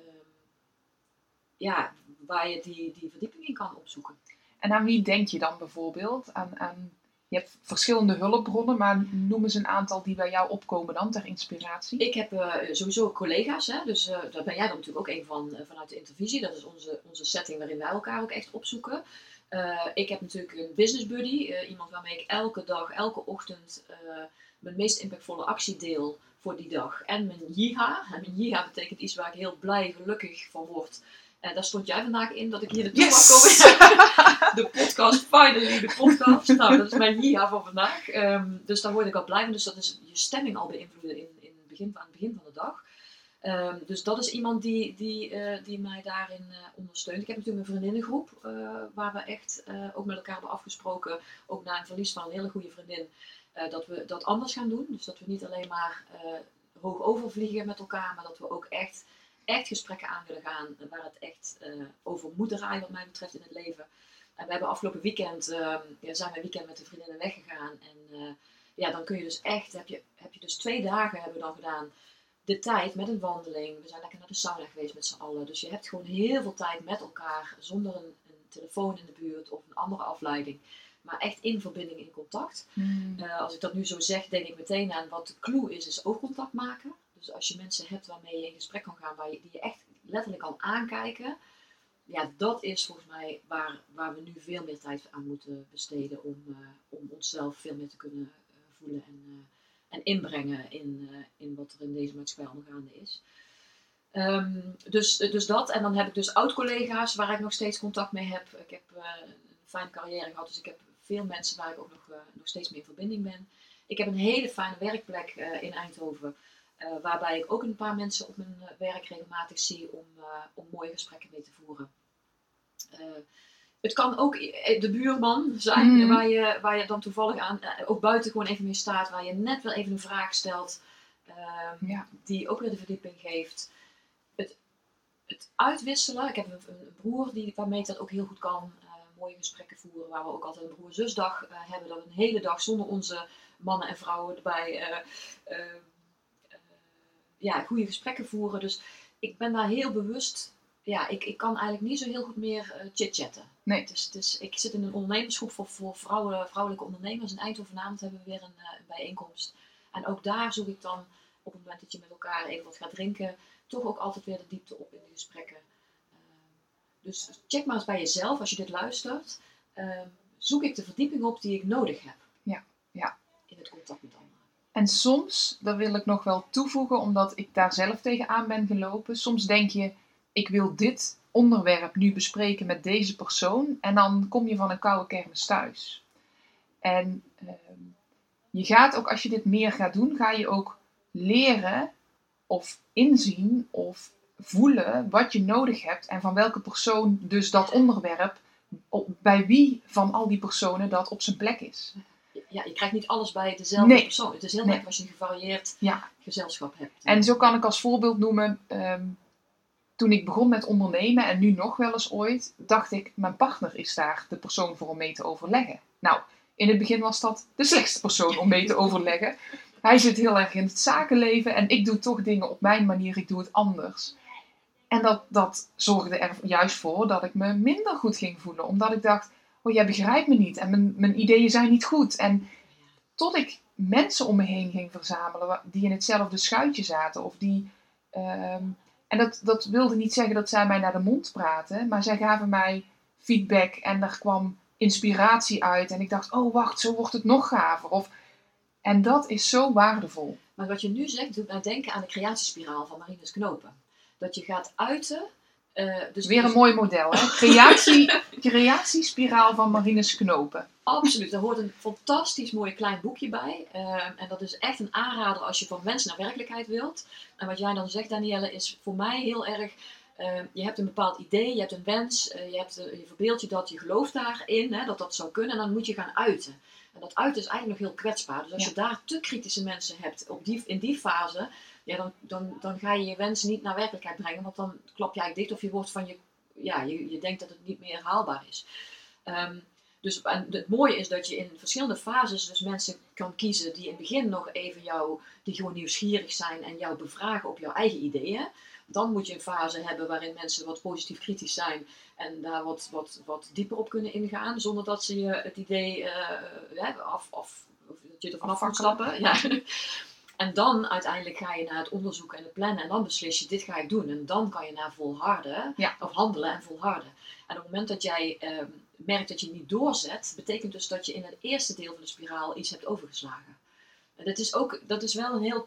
Waar je die verdieping in kan opzoeken. En aan wie denk je dan bijvoorbeeld? Je hebt verschillende hulpbronnen, maar noem eens een aantal die bij jou opkomen dan ter inspiratie. Ik heb sowieso collega's, hè? Dus daar ben jij dan natuurlijk ook een van vanuit de Intervisie. Dat is onze setting waarin wij elkaar ook echt opzoeken. Ik heb natuurlijk een business buddy, iemand waarmee ik elke dag, elke ochtend mijn meest impactvolle actie deel voor die dag. En mijn jiha. En mijn jiha betekent iets waar ik heel blij, gelukkig van word. En daar stond jij vandaag in dat ik hier naartoe mag komen. De podcast, finally, de podcast. Nou, dat is mijn jiha van vandaag. Dus daar word ik al blij van. Dus dat is je stemming al beïnvloeden aan het begin van de dag. Dus dat is iemand die mij daarin ondersteunt. Ik heb natuurlijk mijn vriendinnengroep, waar we echt ook met elkaar hebben afgesproken, ook na een verlies van een hele goede vriendin, dat we dat anders gaan doen. Dus dat we niet alleen maar hoog overvliegen met elkaar, maar dat we ook echt gesprekken aan willen gaan waar het echt over moet draaien wat mij betreft in het leven. En we hebben afgelopen weekend, zijn we een weekend met de vriendinnen weggegaan. En dan kun je dus echt, heb je dus 2 dagen hebben we dan gedaan, de tijd met een wandeling. We zijn lekker naar de sauna geweest met z'n allen. Dus je hebt gewoon heel veel tijd met elkaar, zonder een telefoon in de buurt of een andere afleiding. Maar echt in verbinding, in contact. Als ik dat nu zo zeg, denk ik meteen aan wat de clue is oogcontact maken. Dus als je mensen hebt waarmee je in gesprek kan gaan, die je echt letterlijk kan aankijken. Ja, dat is volgens mij waar we nu veel meer tijd aan moeten besteden om onszelf veel meer te kunnen voelen en inbrengen in wat er in deze maatschappij allemaal gaande is. Dus dat. En dan heb ik dus oud-collega's waar ik nog steeds contact mee heb. Ik heb een fijne carrière gehad, dus ik heb veel mensen waar ik ook nog steeds mee in verbinding ben. Ik heb een hele fijne werkplek in Eindhoven. Waarbij ik ook een paar mensen op mijn werk regelmatig zie om mooie gesprekken mee te voeren. Het kan ook de buurman zijn waar je dan toevallig aan, ook buiten gewoon even mee staat. Waar je net wel even een vraag stelt. Die ook weer de verdieping geeft. Het uitwisselen. Ik heb een broer waarmee ik dat ook heel goed kan. Mooie gesprekken voeren. Waar we ook altijd een broer-zusdag hebben. Dat we een hele dag zonder onze mannen en vrouwen erbij goede gesprekken voeren. Dus ik ben daar heel bewust. Ja, ik kan eigenlijk niet zo heel goed meer chit-chatten. Nee. Dus ik zit in een ondernemersgroep voor vrouwelijke ondernemers. In Eindhoven vanavond hebben we weer een bijeenkomst. En ook daar zoek ik dan, op het moment dat je met elkaar even wat gaat drinken, toch ook altijd weer de diepte op in de gesprekken. Dus check maar eens bij jezelf, als je dit luistert. Zoek ik de verdieping op die ik nodig heb. Ja. In het contact met anderen. En soms, dat wil ik nog wel toevoegen, omdat ik daar zelf tegenaan ben gelopen. Soms denk je, ik wil dit onderwerp nu bespreken met deze persoon. En dan kom je van een koude kermis thuis. En je gaat ook, als je dit meer gaat doen, ga je ook leren of inzien of voelen wat je nodig hebt en van welke persoon dus dat onderwerp, bij wie van al die personen dat op zijn plek is. Ja, je krijgt niet alles bij dezelfde Nee. persoon. Het is heel Nee. leuk als je een gevarieerd gezelschap hebt. En zo kan ik als voorbeeld noemen, toen ik begon met ondernemen en nu nog wel eens ooit, dacht ik, mijn partner is daar de persoon voor om mee te overleggen. Nou, in het begin was dat de slechtste persoon om mee te overleggen. Hij zit heel erg in het zakenleven en ik doe toch dingen op mijn manier, ik doe het anders. En dat zorgde er juist voor dat ik me minder goed ging voelen. Omdat ik dacht, oh jij begrijpt me niet en mijn ideeën zijn niet goed. En tot ik mensen om me heen ging verzamelen die in hetzelfde schuitje zaten. Of die, en dat wilde niet zeggen dat zij mij naar de mond praten. Maar zij gaven mij feedback en er kwam inspiratie uit. En ik dacht, oh wacht, zo wordt het nog gaver. En dat is zo waardevol. Maar wat je nu zegt, doet mij denken aan de creatiespiraal van Marinus Knopen. Dat je gaat uiten. Dus weer een mooi model, hè? Creatiespiraal van Marinus Knopen. Absoluut, daar hoort een fantastisch mooi klein boekje bij. En dat is echt een aanrader als je van wens naar werkelijkheid wilt. En wat jij dan zegt, Danielle, is voor mij heel erg... je hebt een bepaald idee, je hebt een wens, je verbeeldt je dat, je gelooft daarin, hè, dat dat zou kunnen. En dan moet je gaan uiten. En dat uiten is eigenlijk nog heel kwetsbaar. Dus als je daar te kritische mensen hebt in die fase... Ja, dan ga je je wens niet naar werkelijkheid brengen. Want dan klap je eigenlijk dicht of je wordt van je denkt dat het niet meer haalbaar is. Dus en het mooie is dat je in verschillende fases dus mensen kan kiezen die in het begin nog even die gewoon nieuwsgierig zijn en jou bevragen op jouw eigen ideeën. Dan moet je een fase hebben waarin mensen wat positief kritisch zijn en daar wat dieper op kunnen ingaan. Zonder dat ze je het idee dat je er vanaf moet stappen. Ja. En dan uiteindelijk ga je naar het onderzoeken en het plannen. En dan beslis je, dit ga ik doen. En dan kan je naar volharden. Ja. Of handelen en volharden. En op het moment dat jij merkt dat je niet doorzet, betekent dus dat je in het eerste deel van de spiraal iets hebt overgeslagen. En dat is wel een heel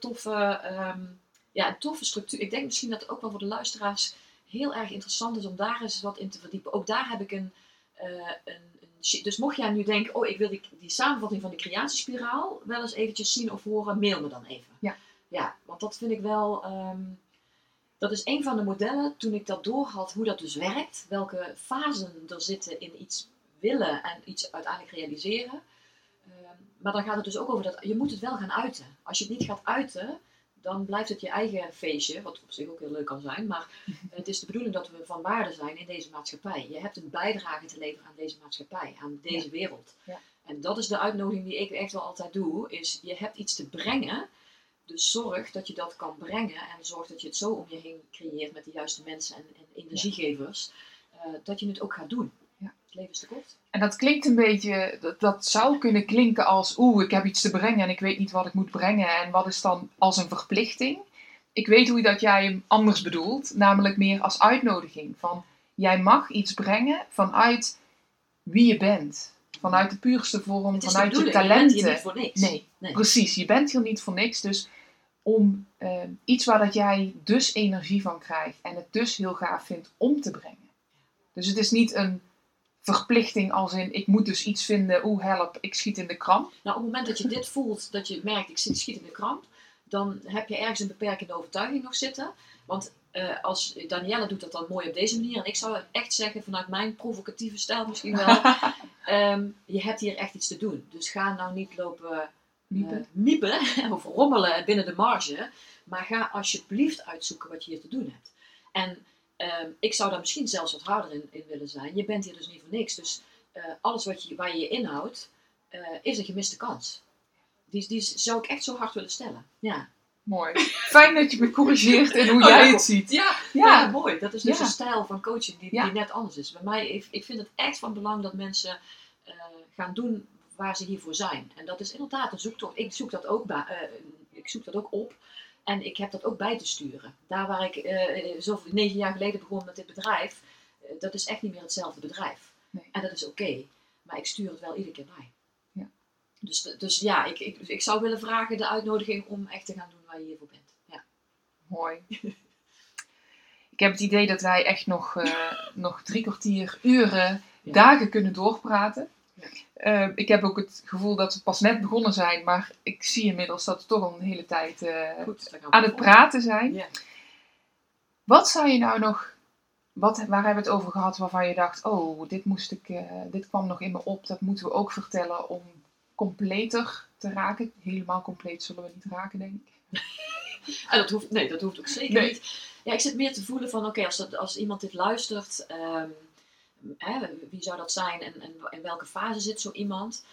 toffe structuur. Ik denk misschien dat het ook wel voor de luisteraars heel erg interessant is om daar eens wat in te verdiepen. Ook daar heb ik dus mocht jij nu denken, oh ik wil die samenvatting van de creatiespiraal wel eens eventjes zien of horen, mail me dan even. Ja, want dat vind ik wel, dat is een van de modellen toen ik dat doorhad, hoe dat dus werkt. Welke fasen er zitten in iets willen en iets uiteindelijk realiseren. Maar dan gaat het dus ook over dat je moet het wel gaan uiten. Als je het niet gaat uiten, dan blijft het je eigen feestje, wat op zich ook heel leuk kan zijn. Maar het is de bedoeling dat we van waarde zijn in deze maatschappij. Je hebt een bijdrage te leveren aan deze maatschappij, aan deze wereld. Ja. En dat is de uitnodiging die ik echt wel altijd doe, is je hebt iets te brengen. Dus zorg dat je dat kan brengen en zorg dat je het zo om je heen creëert met de juiste mensen en energiegevers, dat je het ook gaat doen. Ja. Het leven is te kort. En dat klinkt een beetje, dat zou kunnen klinken als, ik heb iets te brengen en ik weet niet wat ik moet brengen. En wat is dan als een verplichting? Ik weet hoe dat jij hem anders bedoelt, namelijk meer als uitnodiging. Van, jij mag iets brengen vanuit wie je bent. Vanuit de puurste vorm, vanuit je talenten. Je bent hier niet voor niks. Nee, precies. Je bent hier niet voor niks. Dus om iets waar dat jij dus energie van krijgt en het dus heel gaaf vindt om te brengen. Dus het is niet een verplichting als in, ik moet dus iets vinden, help, ik schiet in de kramp. Nou, op het moment dat je dit voelt, dat je merkt, ik schiet in de kramp, dan heb je ergens een beperkende overtuiging nog zitten. Want als Danielle doet dat dan mooi op deze manier, en ik zou echt zeggen, vanuit mijn provocatieve stijl misschien wel, je hebt hier echt iets te doen. Dus ga nou niet lopen miepen of rommelen binnen de marge, maar ga alsjeblieft uitzoeken wat je hier te doen hebt. En ik zou daar misschien zelfs wat harder in willen zijn. Je bent hier dus niet voor niks. Dus alles waar je je inhoudt, is een gemiste kans. Die zou ik echt zo hard willen stellen. Ja. Mooi. Fijn dat je me corrigeert in hoe jij het ziet. Ja, mooi. Dat is dus een stijl van coaching die net anders is. Bij mij, ik vind het echt van belang dat mensen gaan doen waar ze hiervoor zijn. En dat is inderdaad een zoektocht. Ik zoek dat ook op. En ik heb dat ook bij te sturen. Daar waar ik 9 jaar geleden begon met dit bedrijf, dat is echt niet meer hetzelfde bedrijf. Nee. En dat is oké. Maar ik stuur het wel iedere keer bij. Ja. Dus ja, ik zou willen vragen de uitnodiging om echt te gaan doen waar je hiervoor bent. Ja. Mooi. Ik heb het idee dat wij echt nog 3 kwartier, uren, dagen kunnen doorpraten. Ja. Ik heb ook het gevoel dat we pas net begonnen zijn, maar ik zie inmiddels dat we toch al een hele tijd aan het praten zijn. Ja. Wat zou je nou nog, waar hebben we het over gehad waarvan je dacht, oh, dit kwam nog in me op, dat moeten we ook vertellen om completer te raken. Helemaal compleet zullen we niet raken, denk ik. Dat hoeft ook zeker niet. Ja, ik zit meer te voelen van, oké, als iemand dit luistert, wie zou dat zijn en in welke fase zit zo iemand?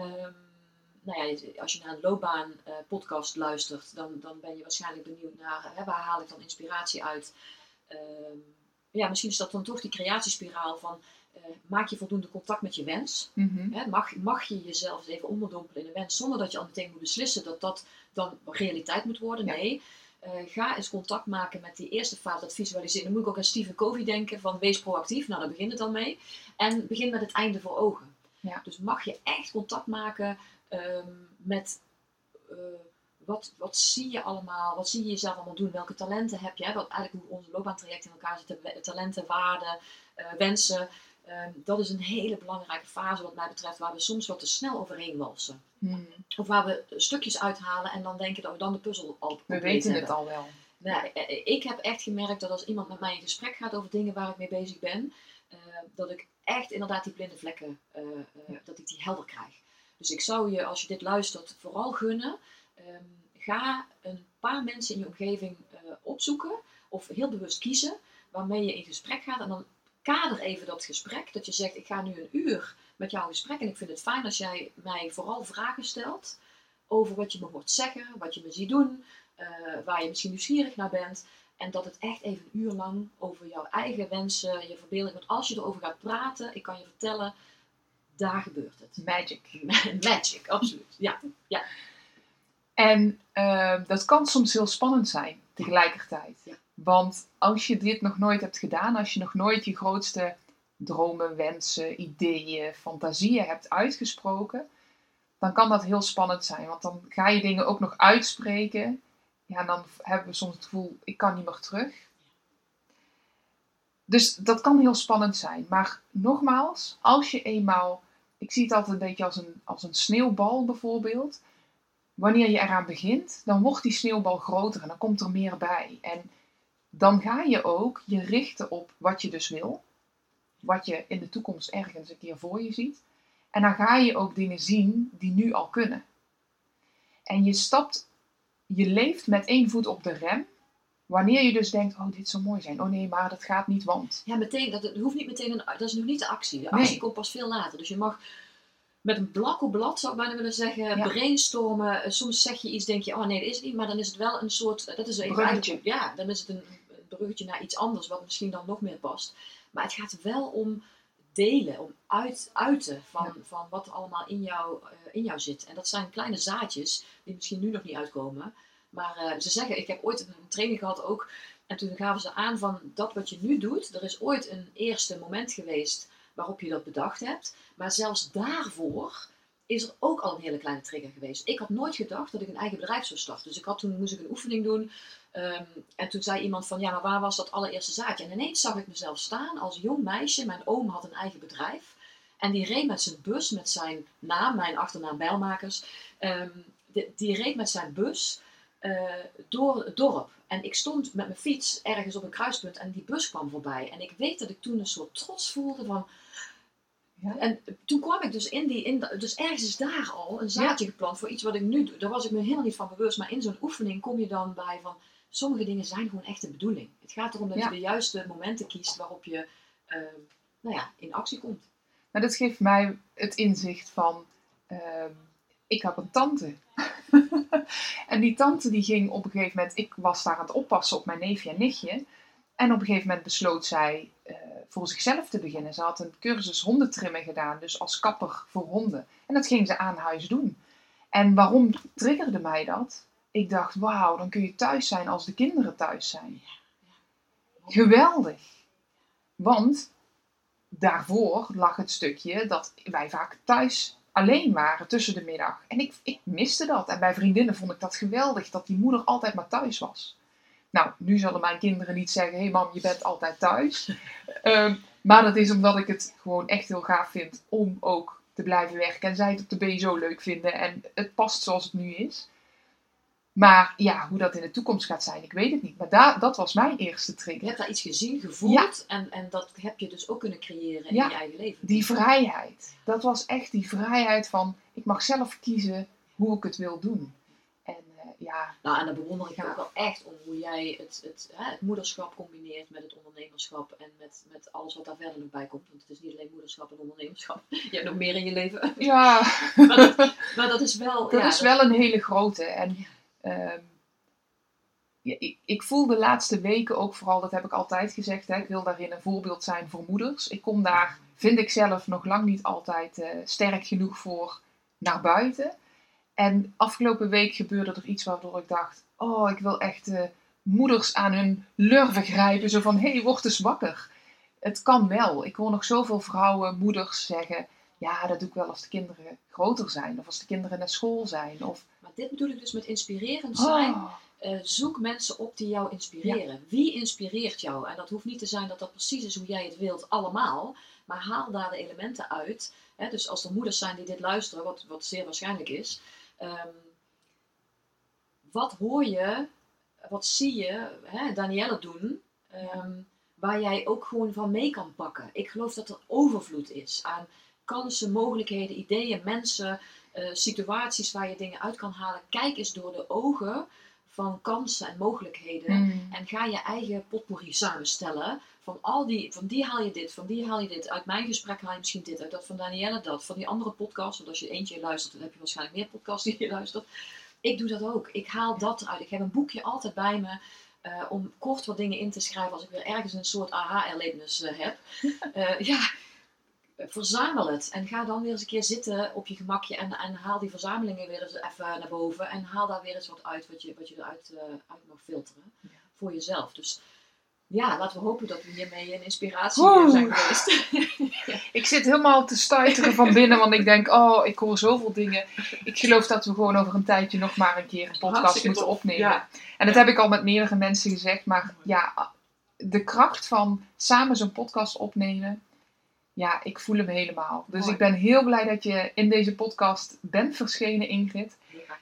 Als je naar een loopbaan-podcast luistert, dan ben je waarschijnlijk benieuwd naar waar haal ik dan inspiratie uit. Misschien is dat dan toch die creatiespiraal van maak je voldoende contact met je wens. Mm-hmm. Mag je jezelf eens even onderdompelen in een wens zonder dat je al meteen moet beslissen dat dat dan realiteit moet worden? Ja. Nee. Ga eens contact maken met die eerste fase, dat visualiseren. Dan moet ik ook aan Stephen Covey denken van wees proactief. Nou, daar begint het dan mee. En begin met het einde voor ogen. Ja. Dus mag je echt contact maken met wat zie je allemaal, wat zie je jezelf allemaal doen, welke talenten heb je, wat eigenlijk hoe onze loopbaantraject in elkaar zit, talenten, waarden, wensen. Dat is een hele belangrijke fase wat mij betreft, waar we soms wat te snel overheen walsen. Of waar we stukjes uithalen en dan denken dat we dan de puzzel al we weten hebben. Het al wel. Nou, ik heb echt gemerkt dat als iemand met mij in gesprek gaat over dingen waar ik mee bezig ben, dat ik echt inderdaad die blinde vlekken, dat ik die helder krijg. Dus ik zou je, als je dit luistert, vooral gunnen, ga een paar mensen in je omgeving opzoeken of heel bewust kiezen waarmee je in gesprek gaat en dan kader even dat gesprek, dat je zegt ik ga nu een uur met jou in gesprek en ik vind het fijn als jij mij vooral vragen stelt over wat je me hoort zeggen, wat je me ziet doen, waar je misschien nieuwsgierig naar bent en dat het echt even een uur lang over jouw eigen wensen, je verbeelding, want als je erover gaat praten, ik kan je vertellen, daar gebeurt het. Magic. Magic, absoluut. Ja. En dat kan soms heel spannend zijn tegelijkertijd. Ja. Want als je dit nog nooit hebt gedaan, als je nog nooit je grootste dromen, wensen, ideeën, fantasieën hebt uitgesproken, dan kan dat heel spannend zijn. Want dan ga je dingen ook nog uitspreken. Ja, en dan hebben we soms het gevoel, ik kan niet meer terug. Dus dat kan heel spannend zijn. Maar nogmaals, als je eenmaal, ik zie het altijd een beetje als een sneeuwbal bijvoorbeeld. Wanneer je eraan begint, dan wordt die sneeuwbal groter en dan komt er meer bij. En dan ga je ook je richten op wat je dus wil. Wat je in de toekomst ergens een keer voor je ziet. En dan ga je ook dingen zien die nu al kunnen. En je leeft met één voet op de rem. Wanneer je dus denkt, oh dit zou mooi zijn. Oh nee, maar dat gaat niet, want. Ja, meteen, dat hoeft niet meteen, dat is nog niet de actie. De actie komt pas veel later. Dus je mag met een blanco blad, zou ik bijna willen zeggen, brainstormen. Soms zeg je iets, denk je, oh nee, dat is het niet. Maar dan is het wel een soort, dat is even bruggetje. Ja, dan is het een bruggetje naar iets anders, wat misschien dan nog meer past. Maar het gaat wel om delen, om uiten van wat er allemaal in jou zit. En dat zijn kleine zaadjes, die misschien nu nog niet uitkomen. Maar ze zeggen, ik heb ooit een training gehad ook, en toen gaven ze aan van dat wat je nu doet, er is ooit een eerste moment geweest waarop je dat bedacht hebt. Maar zelfs daarvoor is er ook al een hele kleine trigger geweest. Ik had nooit gedacht dat ik een eigen bedrijf zou starten. Dus toen moest ik een oefening doen. En toen zei iemand van, ja, maar waar was dat allereerste zaadje? En ineens zag ik mezelf staan als jong meisje. Mijn oom had een eigen bedrijf. En die reed met zijn bus, met zijn naam, mijn achternaam Bijlmakers. Die reed met zijn bus door het dorp. En ik stond met mijn fiets ergens op een kruispunt en die bus kwam voorbij. En ik weet dat ik toen een soort trots voelde van. Ja. En toen kwam ik dus dus ergens is daar al een zaadje geplant voor iets wat ik nu doe. Daar was ik me helemaal niet van bewust. Maar in zo'n oefening kom je dan bij van, sommige dingen zijn gewoon echt de bedoeling. Het gaat erom dat je de juiste momenten kiest waarop je in actie komt. Nou, dat geeft mij het inzicht van, ik heb een tante. En die tante die ging op een gegeven moment, ik was daar aan het oppassen op mijn neefje en nichtje. En op een gegeven moment besloot zij voor zichzelf te beginnen. Ze had een cursus hondentrimmen gedaan, dus als kapper voor honden. En dat ging ze aan huis doen. En waarom triggerde mij dat? Ik dacht, wauw, dan kun je thuis zijn als de kinderen thuis zijn. Geweldig. Want daarvoor lag het stukje dat wij vaak thuis alleen waren tussen de middag. En ik miste dat. En bij vriendinnen vond ik dat geweldig, dat die moeder altijd maar thuis was. Nou, nu zullen mijn kinderen niet zeggen, hé mam, je bent altijd thuis. Maar dat is omdat ik het gewoon echt heel gaaf vind om ook te blijven werken. En zij het op de BSO leuk vinden en het past zoals het nu is. Maar ja, hoe dat in de toekomst gaat zijn, ik weet het niet. Maar dat was mijn eerste Je trigger. hebt daar iets gezien, gevoeld en dat heb je dus ook kunnen creëren in je eigen leven. Die vrijheid. Dat was echt die vrijheid van, ik mag zelf kiezen hoe ik het wil doen. En Nou, en daar bewonder ik ook wel echt om hoe jij het moederschap combineert met het ondernemerschap en met alles wat daar verder nog bij komt. Want het is niet alleen moederschap en ondernemerschap. Je hebt nog meer in je leven. Ja. maar dat is wel... Dat is wel een hele grote. En ik voel de laatste weken ook vooral, dat heb ik altijd gezegd, ik wil daarin een voorbeeld zijn voor moeders. Ik kom daar, vind ik zelf, nog lang niet altijd sterk genoeg voor naar buiten. En afgelopen week gebeurde er iets waardoor ik dacht, ik wil echt moeders aan hun lurven grijpen. Zo van, hey, word eens wakker. Het kan wel. Ik hoor nog zoveel vrouwen, moeders zeggen, ja, dat doe ik wel als de kinderen groter zijn. Of als de kinderen naar school zijn. Maar dit bedoel ik dus met inspirerend zijn. Zoek mensen op die jou inspireren. Ja. Wie inspireert jou? En dat hoeft niet te zijn dat dat precies is hoe jij het wilt allemaal. Maar haal daar de elementen uit. Dus als er moeders zijn die dit luisteren, wat zeer waarschijnlijk is. Wat hoor je, wat zie je Danielle doen, waar jij ook gewoon van mee kan pakken. Ik geloof dat er overvloed is aan kansen, mogelijkheden, ideeën, mensen, situaties waar je dingen uit kan halen. Kijk eens door de ogen van kansen en mogelijkheden en ga je eigen potpourri samenstellen. Van die haal je dit, van die haal je dit. Uit mijn gesprek haal je misschien dit, uit dat van Danielle dat, van die andere podcast. Want als je eentje luistert, dan heb je waarschijnlijk meer podcasts die je luistert. Ik doe dat ook. Ik haal dat eruit. Ik heb een boekje altijd bij me om kort wat dingen in te schrijven als ik weer ergens een soort aha-erlevenis heb. Verzamel het en ga dan weer eens een keer zitten op je gemakje en haal die verzamelingen weer eens even naar boven en haal daar weer eens wat uit wat je eruit uit mag filteren voor jezelf. Dus ja, laten we hopen dat we hiermee een inspiratie zijn geweest. Ik zit helemaal te stuiteren van binnen, want ik denk, ik hoor zoveel dingen. Ik geloof dat we gewoon over een tijdje nog maar een keer een podcast moeten opnemen. Ja. En dat heb ik al met meerdere mensen gezegd, maar ja, de kracht van samen zo'n podcast opnemen, ja, ik voel hem helemaal. Dus ik ben heel blij dat je in deze podcast bent verschenen, Ingrid.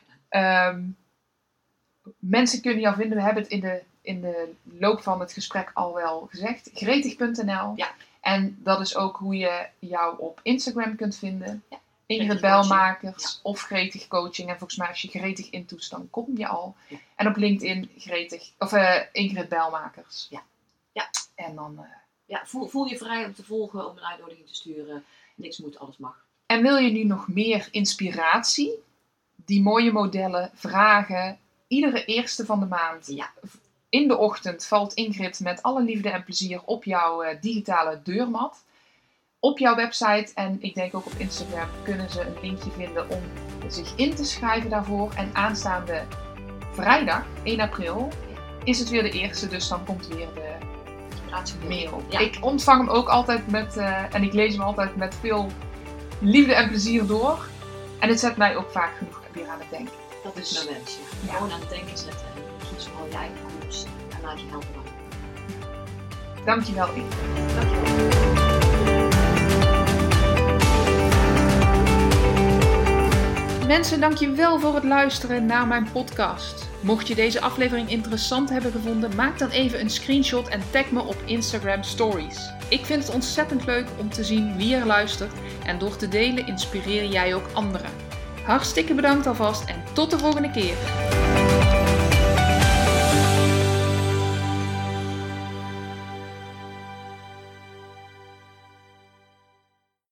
Mensen kunnen jou vinden, we hebben het in de loop van het gesprek al wel gezegd. Gretig.nl. Ja. En dat is ook hoe je jou op Instagram kunt vinden. Ja. Ingrid Bijlmakers of Gretig Coaching. En volgens mij als je Gretig intoetst, dan kom je al. Ja. En op LinkedIn Ingrid Bijlmakers. Ja. Ja. En dan... voel je vrij om te volgen, om een uitnodiging te sturen. Niks moet, alles mag. En wil je nu nog meer inspiratie? Die mooie modellen, vragen. Iedere eerste van de maand. Ja. In de ochtend valt Ingrid met alle liefde en plezier op jouw digitale deurmat. Op jouw website en ik denk ook op Instagram kunnen ze een linkje vinden om zich in te schrijven daarvoor. En aanstaande vrijdag, 1 april, is het weer de eerste. Dus dan komt weer de mail. Ja. Ik ontvang hem ook altijd en ik lees hem altijd met veel liefde en plezier door. En het zet mij ook vaak genoeg weer aan het denken. Dat is mijn wens. Ja. Gewoon aan het denken zetten. Kies vooral je eigen koers en laat je helpen. Dankjewel, Ingrid. Dankjewel. Mensen, dankjewel voor het luisteren naar mijn podcast. Mocht je deze aflevering interessant hebben gevonden, maak dan even een screenshot en tag me op Instagram Stories. Ik vind het ontzettend leuk om te zien wie er luistert en door te delen inspireer jij ook anderen. Hartstikke bedankt alvast en tot de volgende keer.